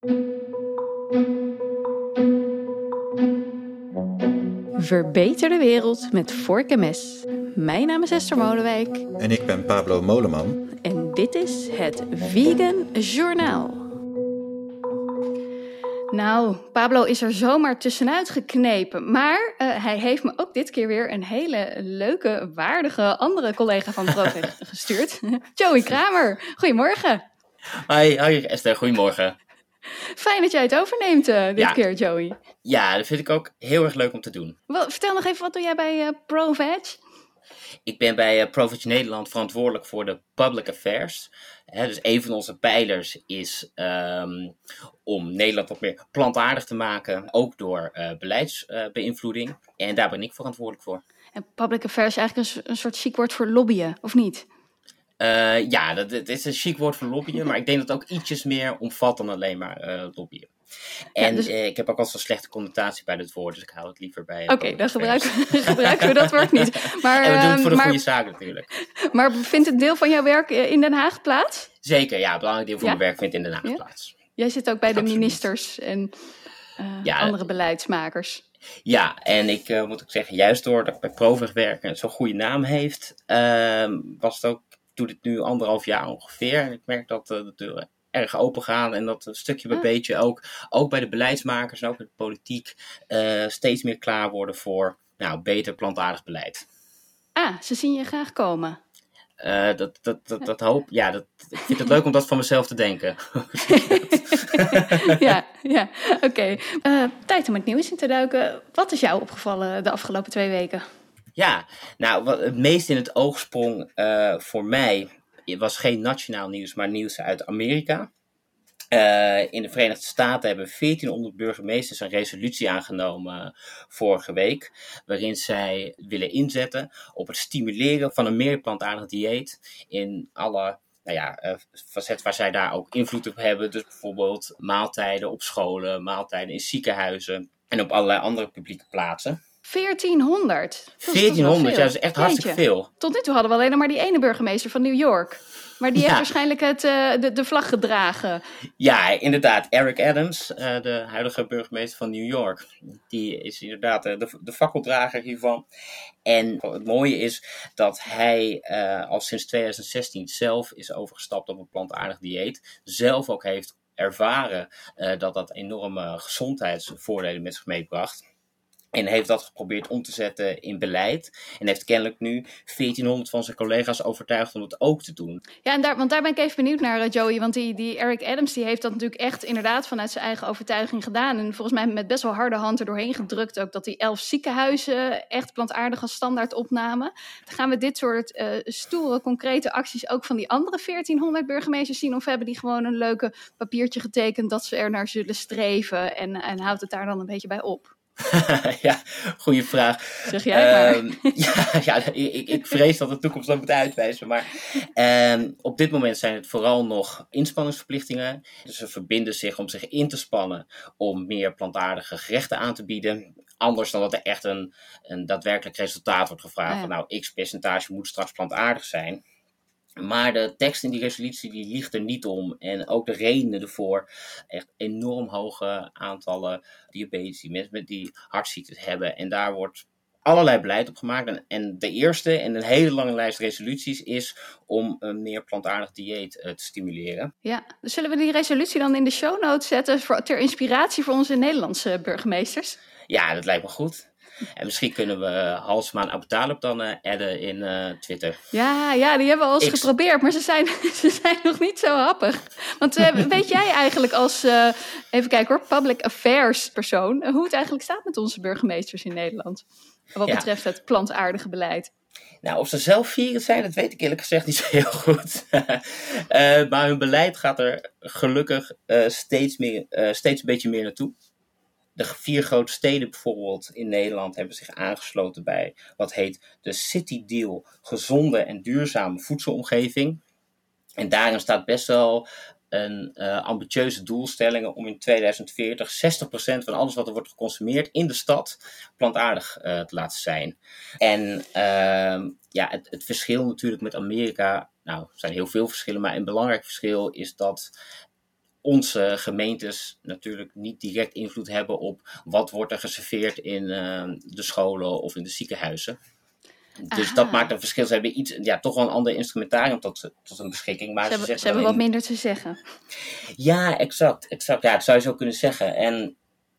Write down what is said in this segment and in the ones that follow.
Verbeter de wereld met vork en mes. Mijn naam is Esther Molenwijk. En ik ben Pablo Moleman. En dit is het Vegan Journaal. Nou, Pablo is er zomaar tussenuit geknepen. Maar hij heeft me ook dit keer weer een hele leuke, waardige andere collega van ProVeg gestuurd. Joey Kramer, goedemorgen. Hoi Esther, goedemorgen. Fijn dat jij het overneemt dit keer, Joey. Ja, dat vind ik ook heel erg leuk om te doen. Vertel nog even, wat doe jij bij ProVeg? Ik ben bij ProVeg Nederland verantwoordelijk voor de public affairs. Dus een van onze pijlers is om Nederland wat meer plantaardig te maken. Ook door beleidsbeïnvloeding. En daar ben ik verantwoordelijk voor. En public affairs is eigenlijk een soort chic woord voor lobbyen, of niet? Het is een chic woord voor lobbyen. Maar ik denk dat het ook ietsjes meer omvat dan alleen maar lobbyen. En ik heb ook al zo'n slechte connotatie bij dit woord, dus ik hou het liever bij... Oké, dan gebruiken we dat woord niet. Maar, en we doen het voor de goede zaak natuurlijk. Maar vindt een deel van jouw werk in Den Haag plaats? Zeker, ja. Een belangrijk deel van mijn werk vindt in Den Haag plaats. Jij zit ook bij de ministers en andere beleidsmakers. Ja, en ik moet ook zeggen, juist doordat ik bij ProVeg werk en zo'n goede naam heeft, was het ook, doe dit nu 1,5 jaar ongeveer. En ik merk dat de deuren erg open gaan en dat stukje bij beetje ook bij de beleidsmakers en ook in de politiek steeds meer klaar worden voor beter plantaardig beleid. Ze zien je graag komen. Dat hoop. Ja, ik vind het leuk om dat van mezelf te denken. ja, oké. Tijd om het nieuws in te duiken. Wat is jou opgevallen de afgelopen 2 weken? Ja, wat het meest in het oog sprong voor mij was geen nationaal nieuws, maar nieuws uit Amerika. In de Verenigde Staten hebben 1400 burgemeesters een resolutie aangenomen vorige week, waarin zij willen inzetten op het stimuleren van een meer plantaardig dieet in alle facetten waar zij daar ook invloed op hebben. Dus bijvoorbeeld maaltijden op scholen, maaltijden in ziekenhuizen en op allerlei andere publieke plaatsen. 1400? 1400, dat is echt hartstikke veel. Tot nu toe hadden we alleen nog maar die ene burgemeester van New York. Maar die heeft waarschijnlijk de vlag gedragen. Ja, inderdaad. Eric Adams, de huidige burgemeester van New York. Die is inderdaad de fakkeldrager hiervan. En het mooie is dat hij al sinds 2016 zelf is overgestapt op een plantaardig dieet. Zelf ook heeft ervaren dat enorme gezondheidsvoordelen met zich meebracht. En heeft dat geprobeerd om te zetten in beleid. En heeft kennelijk nu 1400 van zijn collega's overtuigd om het ook te doen. Ja, want daar ben ik even benieuwd naar, Joey. Want die Eric Adams die heeft dat natuurlijk echt inderdaad vanuit zijn eigen overtuiging gedaan. En volgens mij met best wel harde hand er doorheen gedrukt ook dat die 11 ziekenhuizen echt plantaardig als standaard opnamen. Dan gaan we dit soort stoere, concrete acties ook van die andere 1400 burgemeesters zien? Of hebben die gewoon een leuke papiertje getekend dat ze er naar zullen streven? En houdt het daar dan een beetje bij op? Ja, goede vraag. Zeg jij maar. Ik vrees dat de toekomst dat moet uitwijzen. Maar op dit moment zijn het vooral nog inspanningsverplichtingen. Dus ze verbinden zich om zich in te spannen om meer plantaardige gerechten aan te bieden. Anders dan dat er echt een daadwerkelijk resultaat wordt gevraagd. Van x% moet straks plantaardig zijn. Maar de tekst in die resolutie die liegt er niet om. En ook de redenen ervoor. Echt enorm hoge aantallen diabetes, mensen die hartziektes hebben. En daar wordt allerlei beleid op gemaakt. En de eerste in een hele lange lijst resoluties is om een meer plantaardig dieet te stimuleren. Ja, dus zullen we die resolutie dan in de show notes zetten ter inspiratie voor onze Nederlandse burgemeesters? Ja, dat lijkt me goed. En misschien kunnen we Halsema en Abu Talib dan adden in Twitter. Ja, die hebben we al eens geprobeerd, maar ze zijn nog niet zo happig. Want weet jij eigenlijk als, even kijken hoor, public affairs persoon, hoe het eigenlijk staat met onze burgemeesters in Nederland? Wat betreft het plantaardige beleid. Nou, of ze zelf vieren zijn, dat weet ik eerlijk gezegd niet zo heel goed. Maar hun beleid gaat er gelukkig steeds een beetje meer naartoe. De 4 grote steden bijvoorbeeld in Nederland hebben zich aangesloten bij wat heet de City Deal, gezonde en duurzame voedselomgeving. En daarin staat best wel een ambitieuze doelstellingen om in 2040 60% van alles wat er wordt geconsumeerd in de stad plantaardig te laten zijn. En het verschil natuurlijk met Amerika, nou, er zijn heel veel verschillen, maar een belangrijk verschil is dat onze gemeentes natuurlijk niet direct invloed hebben op wat wordt er geserveerd in de scholen of in de ziekenhuizen. Dus dat maakt een verschil. Ze hebben toch wel een ander instrumentarium tot hun beschikking. Maar ze hebben wat minder te zeggen. Ja, exact. Ja, dat zou je zo kunnen zeggen. En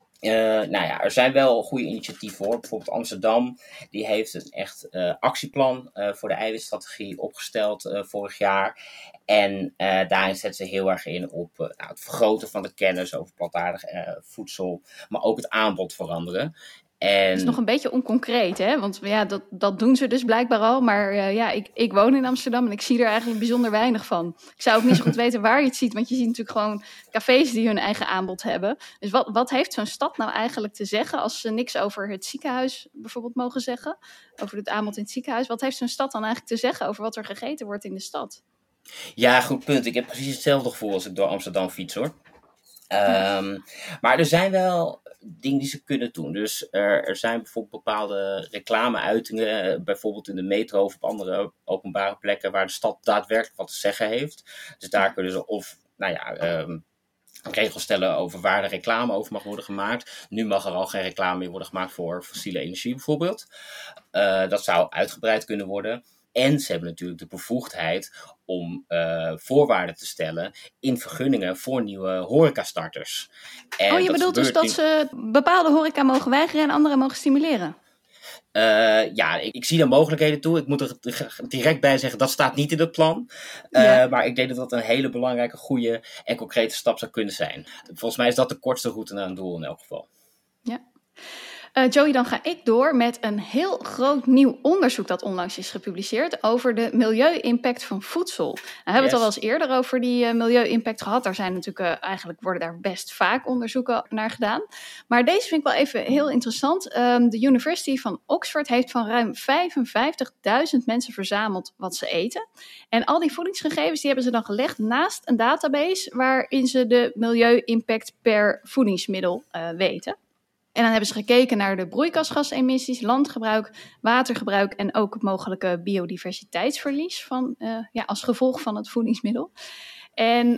er zijn wel goede initiatieven hoor. Bijvoorbeeld Amsterdam, die heeft een echt actieplan voor de eiwitstrategie opgesteld vorig jaar. En daarin zetten ze heel erg in op het vergroten van de kennis over plantaardig voedsel, maar ook het aanbod veranderen. Het is nog een beetje onconcreet, hè? Want ja, dat doen ze dus blijkbaar al. Maar ik woon in Amsterdam en ik zie er eigenlijk bijzonder weinig van. Ik zou ook niet zo goed weten waar je het ziet. Want je ziet natuurlijk gewoon cafés die hun eigen aanbod hebben. Dus wat heeft zo'n stad nou eigenlijk te zeggen als ze niks over het ziekenhuis bijvoorbeeld mogen zeggen? Over het aanbod in het ziekenhuis. Wat heeft zo'n stad dan eigenlijk te zeggen over wat er gegeten wordt in de stad? Ja, goed punt. Ik heb precies hetzelfde gevoel als ik door Amsterdam fiets hoor. Maar er zijn wel dingen die ze kunnen doen. Dus er zijn bijvoorbeeld bepaalde reclameuitingen, bijvoorbeeld in de metro of op andere openbare plekken waar de stad daadwerkelijk wat te zeggen heeft. Dus daar kunnen ze regels stellen over waar de reclame over mag worden gemaakt. Nu mag er al geen reclame meer worden gemaakt voor fossiele energie bijvoorbeeld. Dat zou uitgebreid kunnen worden. En ze hebben natuurlijk de bevoegdheid om voorwaarden te stellen in vergunningen voor nieuwe horecastarters. En je bedoelt dus dat ze bepaalde horeca mogen weigeren en andere mogen stimuleren? Ik zie daar mogelijkheden toe. Ik moet er direct bij zeggen, dat staat niet in het plan. Maar ik denk dat dat een hele belangrijke, goede en concrete stap zou kunnen zijn. Volgens mij is dat de kortste route naar een doel in elk geval. Ja. Joey, dan ga ik door met een heel groot nieuw onderzoek dat onlangs is gepubliceerd over de milieu-impact van voedsel. Nou, we hebben het al wel eens eerder over die milieu-impact gehad. Daar zijn natuurlijk eigenlijk worden daar best vaak onderzoeken naar gedaan. Maar deze vind ik wel even heel interessant. De University van Oxford heeft van ruim 55.000 mensen verzameld wat ze eten. En al die voedingsgegevens die hebben ze dan gelegd naast een database waarin ze de milieu-impact per voedingsmiddel weten. En dan hebben ze gekeken naar de broeikasgasemissies, landgebruik, watergebruik en ook het mogelijke biodiversiteitsverlies als gevolg van het voedingsmiddel. En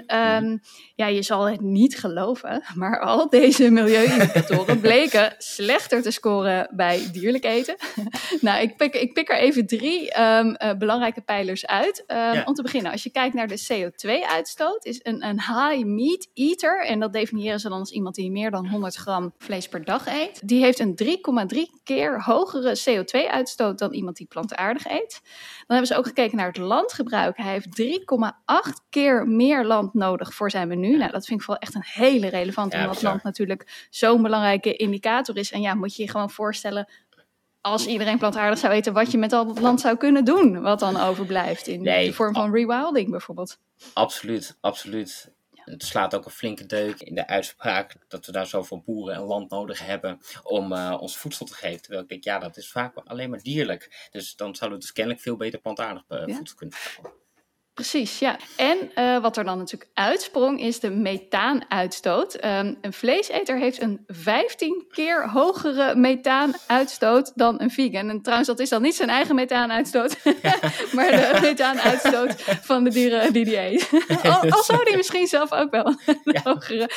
je zal het niet geloven, maar al deze milieuindicatoren bleken slechter te scoren bij dierlijk eten. Nou, ik pik er even 3 belangrijke pijlers uit. Om te beginnen, als je kijkt naar de CO2-uitstoot, is een high meat eater, en dat definiëren ze dan als iemand die meer dan 100 gram vlees per dag eet, die heeft een 3,3 keer hogere CO2-uitstoot dan iemand die plantaardig eet. Dan hebben ze ook gekeken naar het landgebruik. Hij heeft 3,8 keer meer land nodig voor zijn menu. Nou, dat vind ik wel echt een hele relevante, omdat land natuurlijk zo'n belangrijke indicator is. En ja, moet je je gewoon voorstellen, als iedereen plantaardig zou eten, wat je met al dat land zou kunnen doen, wat dan overblijft in de vorm van rewilding bijvoorbeeld. Absoluut. Het slaat ook een flinke deuk in de uitspraak dat we daar zoveel boeren en land nodig hebben om ons voedsel te geven. Terwijl ik denk, dat is vaak alleen maar dierlijk. Dus dan zouden we dus kennelijk veel beter plantaardig voedsel kunnen krijgen. Precies, ja. En wat er dan natuurlijk uitsprong is de methaanuitstoot. Een vleeseter heeft een 15 keer hogere methaanuitstoot dan een vegan. En trouwens, dat is dan niet zijn eigen methaanuitstoot, maar de methaanuitstoot van de dieren die hij eet. Al zou die misschien zelf ook wel een hogere...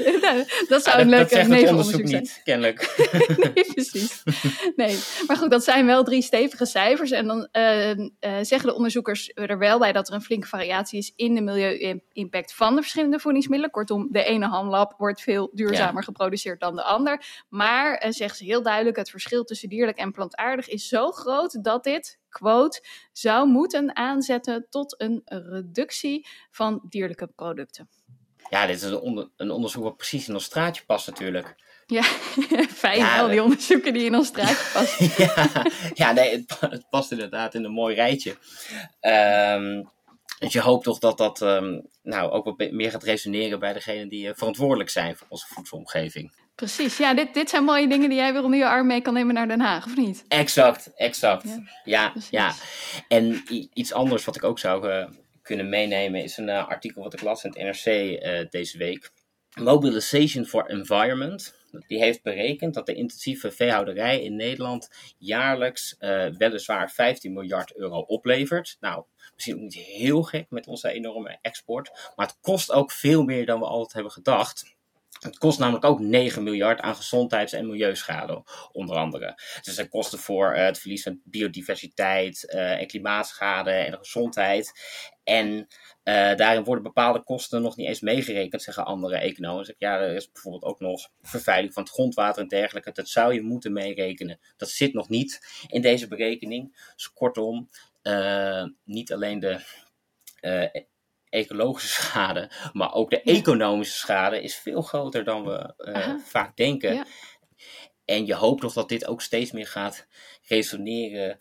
Dat zou een leuke nevenonderzoek zijn. Niet, kennelijk. Nee, precies. Nee, maar goed, dat zijn wel 3 stevige cijfers. En dan zeggen de onderzoekers er wel bij dat er een flinke variatie is in de milieu-impact van de verschillende voedingsmiddelen. Kortom, de ene hamlab wordt veel duurzamer geproduceerd dan de ander. Maar, zeggen ze heel duidelijk, het verschil tussen dierlijk en plantaardig is zo groot dat dit, quote, zou moeten aanzetten tot een reductie van dierlijke producten. Ja, dit is een onderzoek wat precies in ons straatje past natuurlijk. Ja, fijn, al die onderzoeken die in ons straatje passen. Het past inderdaad in een mooi rijtje. Dus je hoopt toch dat dat ook wat meer gaat resoneren bij degenen die verantwoordelijk zijn voor onze voedselomgeving. Precies, ja, dit zijn mooie dingen die jij weer onder je arm mee kan nemen naar Den Haag, of niet? Exact. Ja. En iets anders wat ik ook zou kunnen meenemen is een artikel wat ik las in het NRC deze week. Mobilization for Environment. Die heeft berekend dat de intensieve veehouderij in Nederland jaarlijks weliswaar 15 miljard euro oplevert. Nou, misschien ook niet heel gek met onze enorme export. Maar het kost ook veel meer dan we altijd hebben gedacht. Het kost namelijk ook 9 miljard aan gezondheids- en milieuschade, onder andere. Dus er kosten voor het verlies van biodiversiteit en klimaatschade en de gezondheid. En daarin worden bepaalde kosten nog niet eens meegerekend, zeggen andere economen. Zeg, ja, er is bijvoorbeeld ook nog vervuiling van het grondwater en dergelijke. Dat zou je moeten meerekenen. Dat zit nog niet in deze berekening. Dus kortom, niet alleen de ecologische schade, maar ook de economische schade is veel groter dan we vaak denken. Ja. En je hoopt nog dat dit ook steeds meer gaat resoneren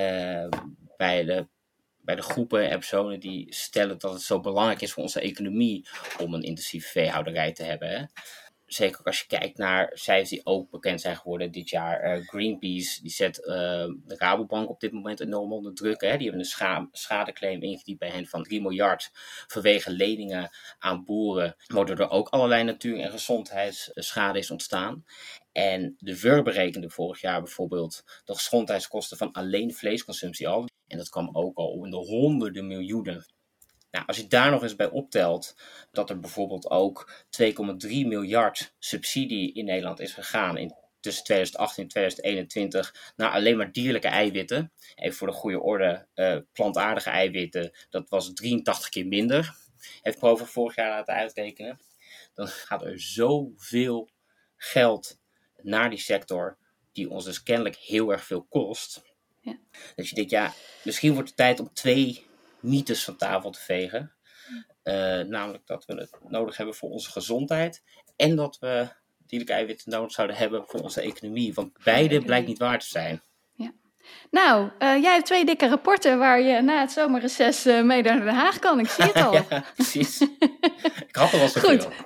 bij de groepen en personen die stellen dat het zo belangrijk is voor onze economie om een intensieve veehouderij te hebben. Hè? Zeker ook als je kijkt naar cijfers die ook bekend zijn geworden dit jaar. Greenpeace die zet de Rabobank op dit moment enorm onder druk. Hè? Die hebben een schadeclaim ingediend bij hen van 3 miljard vanwege leningen aan boeren. Waardoor er ook allerlei natuur- en gezondheidsschade is ontstaan. En de VUR berekende vorig jaar bijvoorbeeld de gezondheidskosten van alleen vleesconsumptie al. En dat kwam ook al in de honderden miljoenen. Nou, als je daar nog eens bij optelt dat er bijvoorbeeld ook 2,3 miljard subsidie in Nederland is gegaan tussen 2018 en 2021 naar alleen maar dierlijke eiwitten. Even voor de goede orde, plantaardige eiwitten, dat was 83 keer minder. Heeft Prover vorig jaar laten uitrekenen. Dan gaat er zoveel geld naar die sector die ons dus kennelijk heel erg veel kost. Ja. Dus je denkt, ja, misschien wordt het tijd om 2 mythes van tafel te vegen. Namelijk dat we het nodig hebben voor onze gezondheid. En dat we dierlijke eiwitten nodig zouden hebben voor onze economie. Want beide blijkt niet waar te zijn. Ja. Nou, jij hebt 2 dikke rapporten waar je na het zomerreces mee naar Den Haag kan. Ik zie het al. Ja, precies. Ik had er wel zoveel. Goed.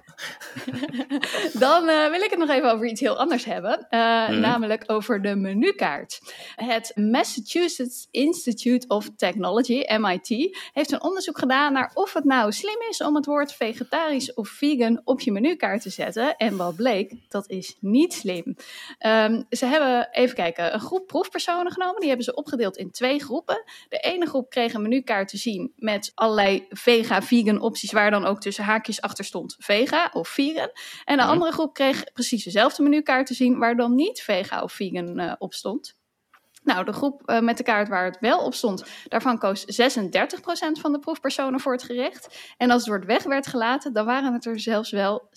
Dan wil ik het nog even over iets heel anders hebben. Namelijk over de menukaart. Het Massachusetts Institute of Technology, MIT, heeft een onderzoek gedaan naar of het nou slim is om het woord vegetarisch of vegan op je menukaart te zetten. En wat bleek, dat is niet slim. Ze hebben, even kijken, een groep proefpersonen genomen. Die hebben ze opgedeeld in 2 groepen. De ene groep kreeg een menukaart te zien met allerlei vega-vegan opties, waar dan ook tussen haakjes achter stond vega of vegan. En de andere groep kreeg precies dezelfde menukaart te zien, waar dan niet vega of vegan op stond. Nou, de groep met de kaart waar het wel op stond, daarvan koos 36% van de proefpersonen voor het gerecht. En als het woord weg werd gelaten, dan waren het er zelfs wel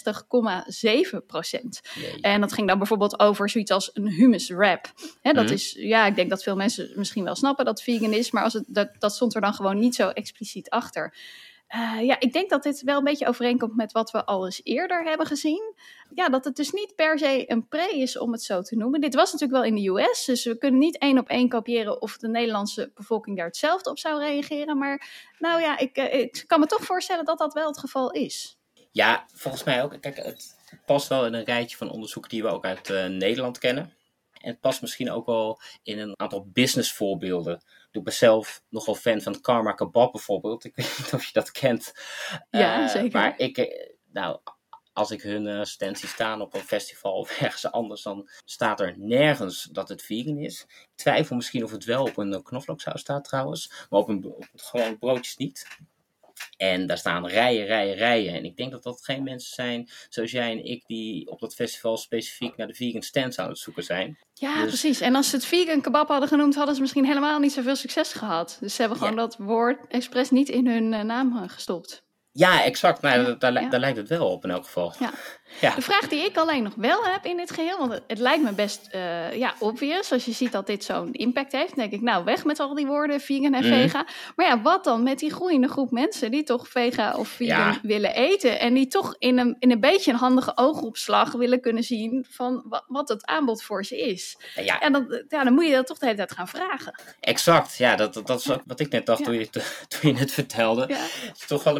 60,7%. En dat ging dan bijvoorbeeld over zoiets als een hummus wrap. Dat is, ja, ik denk dat veel mensen misschien wel snappen dat het vegan is, maar dat stond er dan gewoon niet zo expliciet achter. Ja, ik denk dat dit wel een beetje overeenkomt met wat we al eens eerder hebben gezien. Ja, dat het dus niet per se een pre is om het zo te noemen. Dit was natuurlijk wel in de US, dus we kunnen niet 1 op 1 kopiëren of de Nederlandse bevolking daar hetzelfde op zou reageren. Maar nou ja, ik kan me toch voorstellen dat dat wel het geval is. Ja, volgens mij ook. Kijk, het past wel in een rijtje van onderzoeken die we ook uit Nederland kennen. En het past misschien ook wel in een aantal businessvoorbeelden. Ik ben zelf nogal fan van Karma Kebab bijvoorbeeld. Ik weet niet of je dat kent. Ja, zeker. Maar als ik hun stand zie staan op een festival of ergens anders, dan staat er nergens dat het vegan is. Ik twijfel misschien of het wel op een knoflooksaus staat trouwens. Maar op gewoon broodjes niet. En daar staan rijen. En ik denk dat dat geen mensen zijn zoals jij en ik die op dat festival specifiek naar de vegan stands aan het zoeken zijn. Ja, dus precies. En als ze het vegan kebab hadden genoemd, hadden ze misschien helemaal niet zoveel succes gehad. Dus ze hebben gewoon dat woord expres niet in hun naam gestopt. Ja, exact. Nou, daar lijkt het wel op in elk geval. Ja. Ja. De vraag die ik alleen nog wel heb in dit geheel, want het lijkt me best obvious. Als je ziet dat dit zo'n impact heeft, dan denk ik, nou, weg met al die woorden vegan en vega. Maar ja, wat dan met die groeiende groep mensen die toch vega of vegan willen eten en die toch in een beetje een handige oogopslag willen kunnen zien van wat het aanbod voor ze is. Ja. En dan moet je dat toch de hele tijd gaan vragen. Exact, ja, dat is ook wat ik net dacht toen je het vertelde. Ja. Het is toch wel een beetje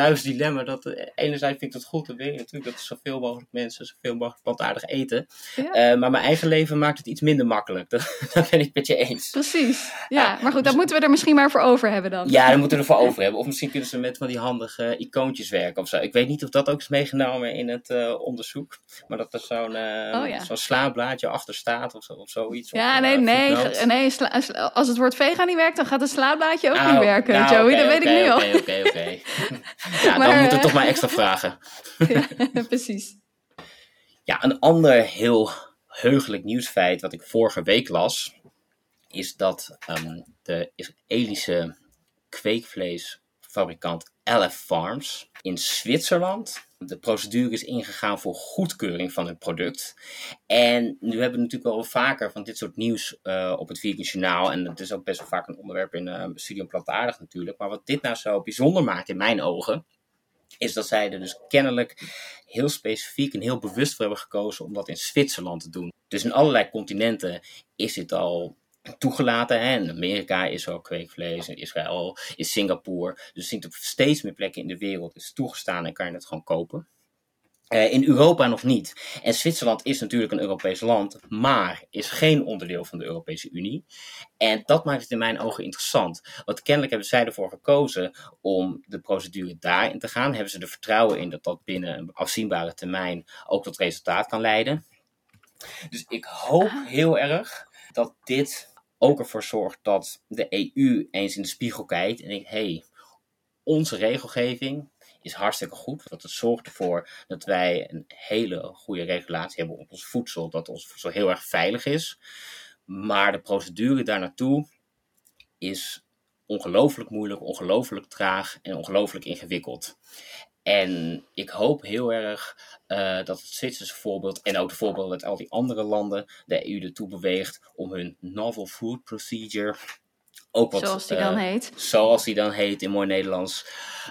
duivels dilemma. Dat enerzijds vind ik dat goed. Dan wil je natuurlijk dat er zoveel mogelijk mensen zoveel mogelijk plantaardig eten. Ja. Maar mijn eigen leven maakt het iets minder makkelijk. Dat ben ik met je eens. Precies. Ja, maar goed, dan moeten we er misschien maar voor over hebben dan. Ja, daar moeten we ervoor over hebben. Of misschien kunnen ze met van die handige icoontjes werken of zo. Ik weet niet of dat ook is meegenomen in het onderzoek. Maar dat er zo'n slaapblaadje achter staat of zoiets. Ja, nee. Als het woord vegan niet werkt, dan gaat het slaapblaadje ook niet werken, Joey. Dat weet ik nu al. Oké. Ja, maar, dan moeten we toch maar extra vragen. Ja, precies. Ja, een ander heel heugelijk nieuwsfeit wat ik vorige week las, is dat de Israëlische kweekvleesfabrikant Aleph Farms in Zwitserland de procedure is ingegaan voor goedkeuring van het product. En nu hebben we natuurlijk wel vaker van dit soort nieuws op het Vegan Journaal. En het is ook best wel vaak een onderwerp in Studium Plantaardig natuurlijk. Maar wat dit nou zo bijzonder maakt in mijn ogen, is dat zij er dus kennelijk heel specifiek en heel bewust voor hebben gekozen om dat in Zwitserland te doen. Dus in allerlei continenten is dit al toegelaten. Hè? In Amerika is er al kweekvlees, in Israël, in Singapore. Dus op steeds meer plekken in de wereld is het toegestaan en kan je het gewoon kopen. In Europa nog niet. En Zwitserland is natuurlijk een Europees land, maar is geen onderdeel van de Europese Unie. En dat maakt het in mijn ogen interessant. Want kennelijk hebben zij ervoor gekozen om de procedure daarin te gaan. Hebben ze er vertrouwen in dat dat binnen een afzienbare termijn ook tot resultaat kan leiden. Dus ik hoop heel erg dat dit ook ervoor zorgt dat de EU eens in de spiegel kijkt en denkt, onze regelgeving is hartstikke goed. Dat het zorgt ervoor dat wij een hele goede regulatie hebben op ons voedsel. Dat ons voedsel heel erg veilig is. Maar de procedure daar naartoe is ongelooflijk moeilijk, ongelooflijk traag en ongelooflijk ingewikkeld. En ik hoop heel erg dat het Zwitserse voorbeeld en ook de voorbeelden uit al die andere landen de EU ertoe beweegt om hun Novel Food Procedure, ook wat, zoals die dan heet in mooi Nederlands,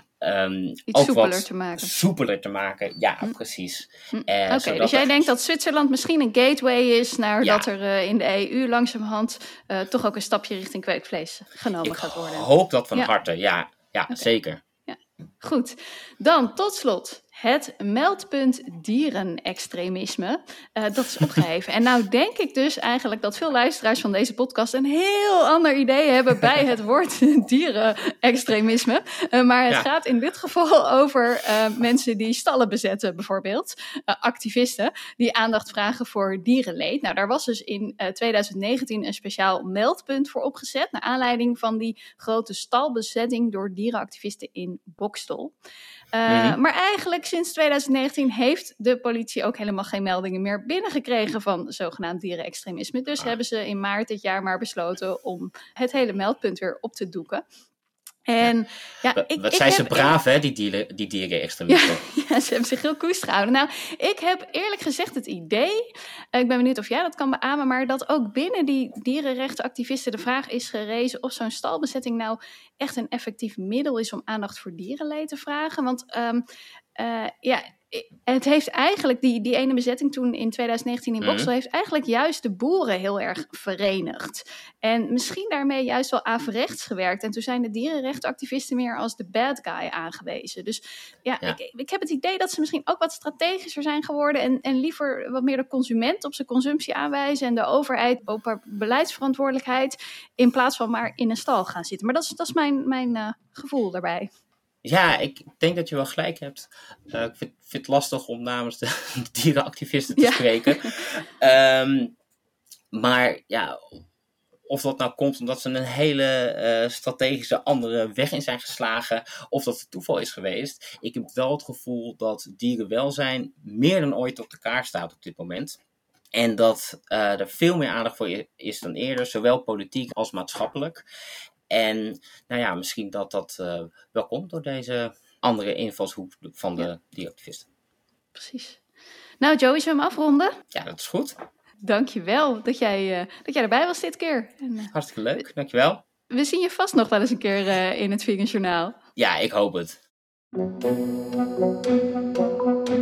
iets ook soepeler wat te maken. Soepeler te maken, ja, precies. Oké, dus jij denkt dat Zwitserland misschien een gateway is naar dat er in de EU langzamerhand toch ook een stapje richting kweekvlees genomen gaat worden. Ik hoop dat van harte, ja, okay. Zeker. Ja. Goed, dan tot slot het meldpunt dierenextremisme. Dat is opgeheven. En nou denk ik dus eigenlijk dat veel luisteraars van deze podcast een heel ander idee hebben bij het woord dierenextremisme. Maar het gaat in dit geval over mensen die stallen bezetten bijvoorbeeld. Activisten die aandacht vragen voor dierenleed. Nou, daar was dus in 2019 een speciaal meldpunt voor opgezet naar aanleiding van die grote stalbezetting door dierenactivisten in Boxtel. Maar eigenlijk sinds 2019 heeft de politie ook helemaal geen meldingen meer binnengekregen van zogenaamd dierenextremisme. Dus hebben ze in maart dit jaar maar besloten om het hele meldpunt weer op te doeken. En wat zijn ze braaf, hè, die dierenextremisten. Ja, ze hebben zich heel koest gehouden. Nou, ik heb eerlijk gezegd het idee, ik ben benieuwd of jij dat kan beamen, maar dat ook binnen die dierenrechtenactivisten de vraag is gerezen of zo'n stalbezetting nou echt een effectief middel is om aandacht voor dierenleed te vragen. Want het heeft eigenlijk, die ene bezetting toen in 2019 in Boxtel, heeft eigenlijk juist de boeren heel erg verenigd. En misschien daarmee juist wel averechts gewerkt. En toen zijn de dierenrechtenactivisten meer als de bad guy aangewezen. Dus ik heb het idee dat ze misschien ook wat strategischer zijn geworden en liever wat meer de consument op zijn consumptie aanwijzen en de overheid op haar beleidsverantwoordelijkheid in plaats van maar in een stal gaan zitten. Maar dat is mijn gevoel daarbij. Ja, ik denk dat je wel gelijk hebt. Ik vind het lastig om namens de dierenactivisten te spreken. Maar ja, of dat nou komt omdat ze een hele strategische andere weg in zijn geslagen, of dat het toeval is geweest. Ik heb wel het gevoel dat dierenwelzijn meer dan ooit op de kaart staat op dit moment. En dat er veel meer aandacht voor is dan eerder, zowel politiek als maatschappelijk. En nou ja, misschien dat wel komt door deze andere invalshoek van de dierenactivisten. Precies. Nou Joey, zullen we hem afronden? Ja, dat is goed. Dankjewel dat jij erbij was dit keer. En, hartstikke leuk, dankjewel. We zien je vast nog wel eens een keer in het Vegan Journaal. Ja, ik hoop het.